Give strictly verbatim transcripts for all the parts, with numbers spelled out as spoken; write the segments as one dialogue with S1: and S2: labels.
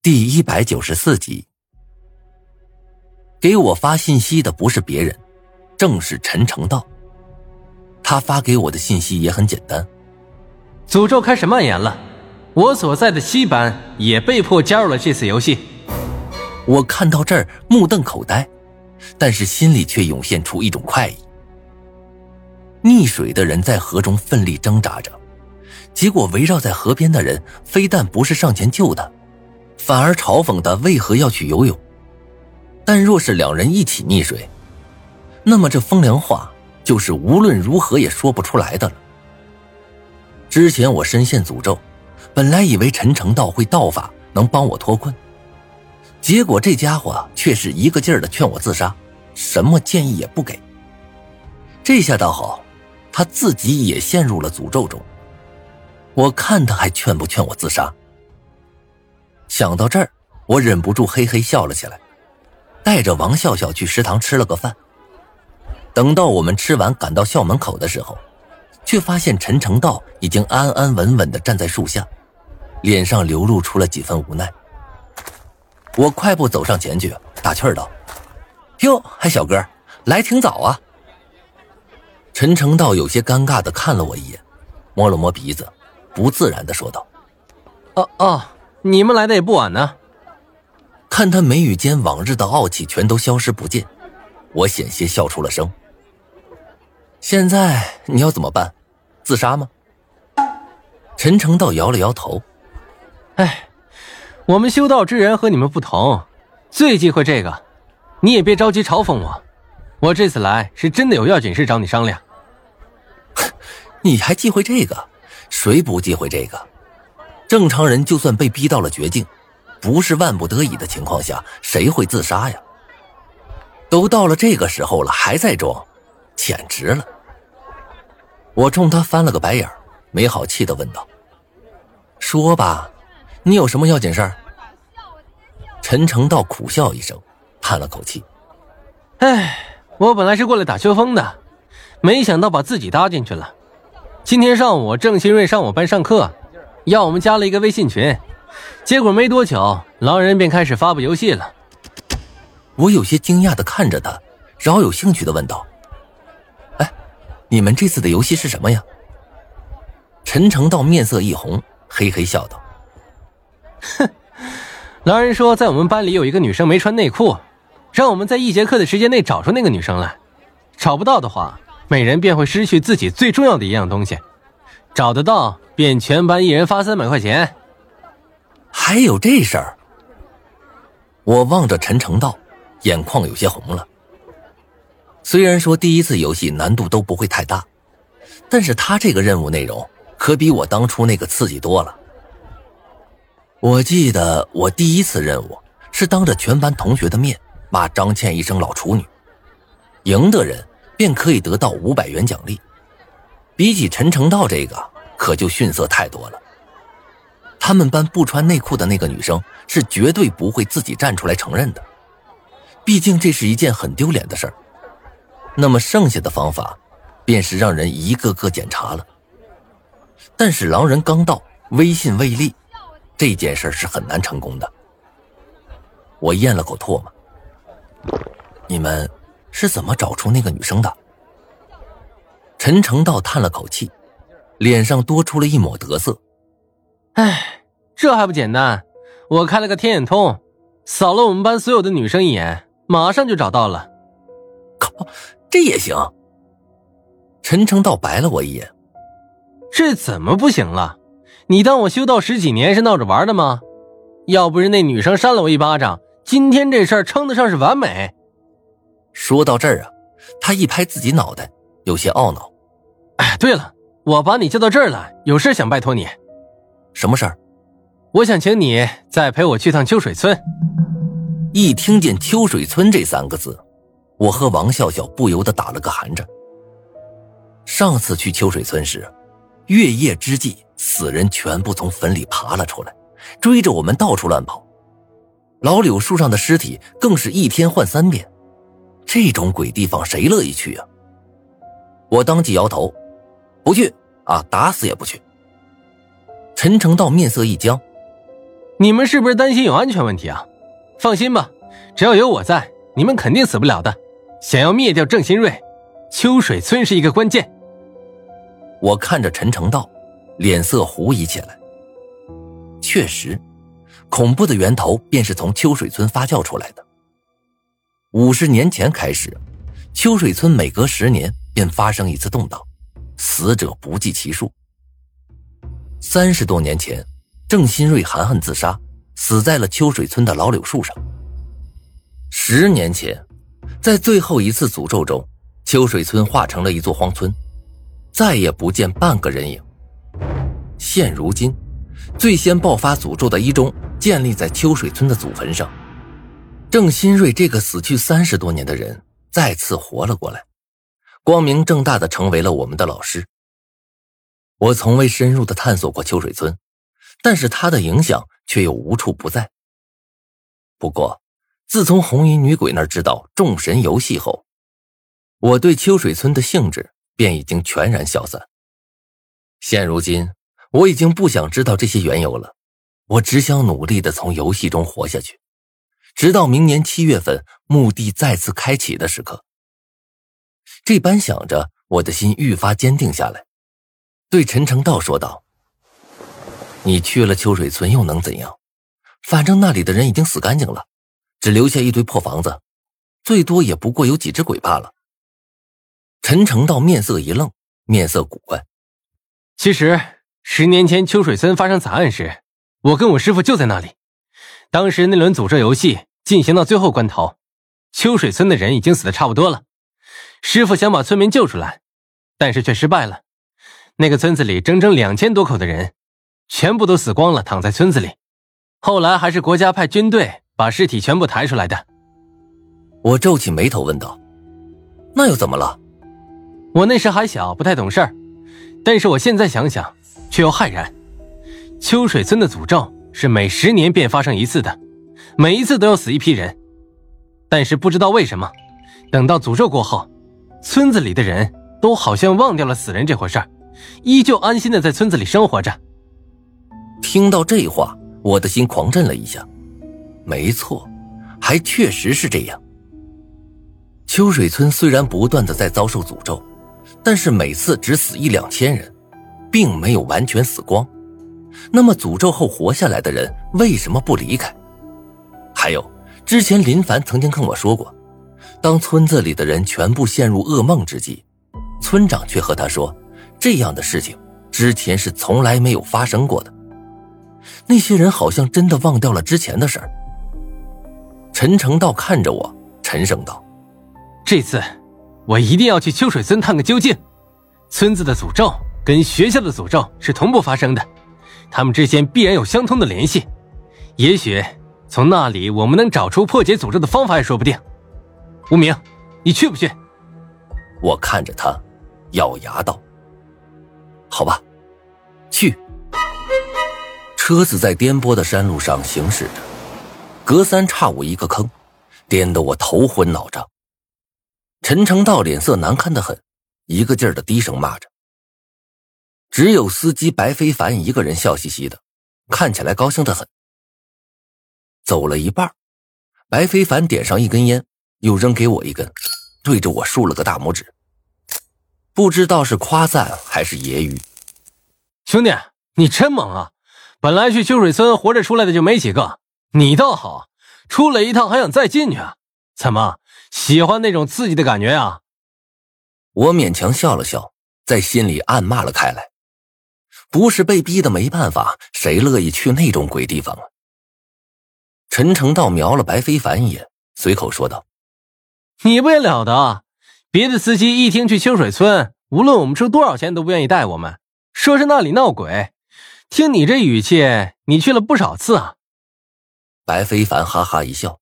S1: 第一百九十四集。给我发信息的不是别人，正是陈成道。他发给我的信息也很简单：
S2: 诅咒开始蔓延了，我所在的西班也被迫加入了这次游戏。
S1: 我看到这儿目瞪口呆，但是心里却涌现出一种快意。溺水的人在河中奋力挣扎着，结果围绕在河边的人非但不是上前救他，反而嘲讽他为何要去游泳。但若是两人一起溺水，那么这风凉话就是无论如何也说不出来的了。之前我深陷诅咒，本来以为陈成道会道法能帮我脱困，结果这家伙却是一个劲儿的劝我自杀，什么建议也不给。这下倒好，他自己也陷入了诅咒中，我看他还劝不劝我自杀。想到这儿，我忍不住嘿嘿笑了起来，带着王笑笑去食堂吃了个饭。等到我们吃完赶到校门口的时候，却发现陈成道已经安安稳稳地站在树下，脸上流露出了几分无奈。我快步走上前去，打趣道：哟，嗨小哥，来挺早啊。陈成道有些尴尬地看了我一眼，摸了摸鼻子，不自然地说道：
S2: 哦哦，你们来的也不晚呢。
S1: 看他眉宇间往日的傲气全都消失不见，我险些笑出了声。现在你要怎么办？自杀吗？陈成道摇了摇头。
S2: 哎，我们修道之人和你们不同，最忌讳这个。你也别着急嘲讽我，我这次来是真的有要紧事找你商量。
S1: 你还忌讳这个？谁不忌讳这个？正常人就算被逼到了绝境，不是万不得已的情况下，谁会自杀呀？都到了这个时候了，还在装，简直了。我冲他翻了个白眼，没好气地问道：说吧，你有什么要紧事儿？陈成道苦笑一声，叹了口气：
S2: 哎，我本来是过来打秋风的，没想到把自己搭进去了。今天上午郑新瑞上我班上课，要我们加了一个微信群，结果没多久狼人便开始发布游戏了。
S1: 我有些惊讶地看着他，饶有兴趣地问道：哎，你们这次的游戏是什么呀？陈成道面色一红，嘿嘿笑道：
S2: 哼，狼人说在我们班里有一个女生没穿内裤，让我们在一节课的时间内找出那个女生来，找不到的话每人便会失去自己最重要的一样东西，找得到便全班一人发三百块钱。
S1: 还有这事儿？我望着陈成道，眼眶有些红了。虽然说第一次游戏难度都不会太大，但是他这个任务内容可比我当初那个刺激多了。我记得我第一次任务是当着全班同学的面骂张倩一声老处女，赢的人便可以得到五百元奖励，比起陈成道这个可就逊色太多了。他们班不穿内裤的那个女生是绝对不会自己站出来承认的，毕竟这是一件很丢脸的事儿。那么剩下的方法便是让人一个个检查了。但是狼人刚到，威信未立，这件事是很难成功的。我咽了口唾沫。你们是怎么找出那个女生的？陈成道叹了口气，脸上多出了一抹得瑟。
S2: 唉，这还不简单，我开了个天眼通，扫了我们班所有的女生一眼，马上就找到了。
S1: 靠，这也行？陈成道白了我一眼。
S2: 这怎么不行了？你当我修道十几年是闹着玩的吗？要不是那女生扇了我一巴掌，今天这事儿称得上是完美。
S1: 说到这儿啊，他一拍自己脑袋，有些懊恼。
S2: 哎，对了，我把你叫到这儿来，有事想拜托你。
S1: 什么事儿？
S2: 我想请你再陪我去趟秋水村。
S1: 一听见秋水村这三个字，我和王笑笑不由得打了个寒颤。上次去秋水村时，月夜之际，死人全部从坟里爬了出来，追着我们到处乱跑。老柳树上的尸体更是一天换三遍，这种鬼地方谁乐意去啊？我当即摇头，不去啊，打死也不去。陈成道面色一僵，
S2: 你们是不是担心有安全问题啊？放心吧，只要有我在，你们肯定死不了的。想要灭掉郑新瑞，秋水村是一个关键。
S1: 我看着陈诚道，脸色狐疑起来。确实，恐怖的源头便是从秋水村发酵出来的。五十年前开始，秋水村每隔十年便发生一次动荡，死者不计其数。三十多年前，郑新瑞含恨自杀，死在了秋水村的老柳树上。十年前，在最后一次诅咒中，秋水村化成了一座荒村，再也不见半个人影。现如今，最先爆发诅咒的一中建立在秋水村的祖坟上，郑新瑞这个死去三十多年的人再次活了过来，光明正大的成为了我们的老师。我从未深入的探索过秋水村，但是他的影响却又无处不在。不过自从红衣女鬼那儿知道众神游戏后，我对秋水村的兴致便已经全然消散。现如今我已经不想知道这些缘由了，我只想努力地从游戏中活下去，直到明年七月份墓地再次开启的时刻。这般想着，我的心愈发坚定下来，对陈诚道说道：你去了秋水村又能怎样？反正那里的人已经死干净了，只留下一堆破房子，最多也不过有几只鬼罢了。陈诚道面色一愣，面色古怪。
S2: 其实十年前秋水村发生惨案时，我跟我师父就在那里。当时那轮诅咒游戏进行到最后关头，秋水村的人已经死得差不多了。师父想把村民救出来，但是却失败了。那个村子里整整两千多口的人，全部都死光了，躺在村子里。后来还是国家派军队把尸体全部抬出来的。
S1: 我皱起眉头问道：那又怎么了？
S2: 我那时还小，不太懂事儿，但是我现在想想却又骇然。秋水村的诅咒是每十年便发生一次的，每一次都要死一批人。但是不知道为什么，等到诅咒过后，村子里的人都好像忘掉了死人这回事儿，依旧安心的在村子里生活着。
S1: 听到这话，我的心狂震了一下。没错，还确实是这样。秋水村虽然不断的在遭受诅咒，但是每次只死一两千人，并没有完全死光。那么诅咒后活下来的人为什么不离开？还有，之前林凡曾经跟我说过，当村子里的人全部陷入噩梦之际，村长却和他说，这样的事情之前是从来没有发生过的。那些人好像真的忘掉了之前的事儿。陈诚道看着我，沉声道：
S2: 这次我一定要去秋水村探个究竟。村子的诅咒跟学校的诅咒是同步发生的，他们之间必然有相通的联系，也许从那里我们能找出破解诅咒的方法也说不定。无名，你去不去？
S1: 我看着他，咬牙道：好吧，去。车子在颠簸的山路上行驶着，隔三差五一个坑，颠得我头昏脑胀。陈诚道脸色难看得很，一个劲儿的低声骂着。只有司机白非凡一个人笑嘻嘻的，看起来高兴得很。走了一半，白非凡点上一根烟，又扔给我一根，对着我竖了个大拇指，不知道是夸赞还是揶揄。
S2: 兄弟，你真猛啊！本来去秋水村活着出来的就没几个，你倒好，出来一趟还想再进去啊？怎么，喜欢那种刺激的感觉啊？
S1: 我勉强笑了笑，在心里暗骂了开来。不是被逼的没办法，谁乐意去那种鬼地方啊？陈诚道瞄了白非凡一眼，随口说道：
S2: 你不也了得啊？别的司机一听去秋水村，无论我们出多少钱都不愿意带我们，说是那里闹鬼。听你这语气，你去了不少次啊。
S1: 白非凡哈哈一笑，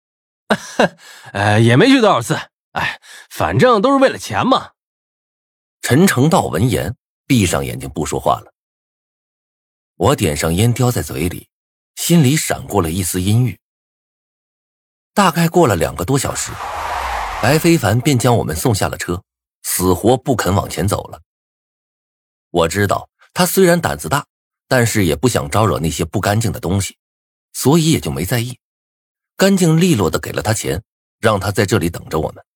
S2: 呃，也没去多少次，哎，反正都是为了钱嘛。
S1: 陈诚道闻言，闭上眼睛不说话了。我点上烟叼在嘴里，心里闪过了一丝阴郁。大概过了两个多小时，白非凡便将我们送下了车，死活不肯往前走了。我知道他虽然胆子大，但是也不想招惹那些不干净的东西， 所以也就没在意，干净利落的给了他钱，让他在这里等着我们。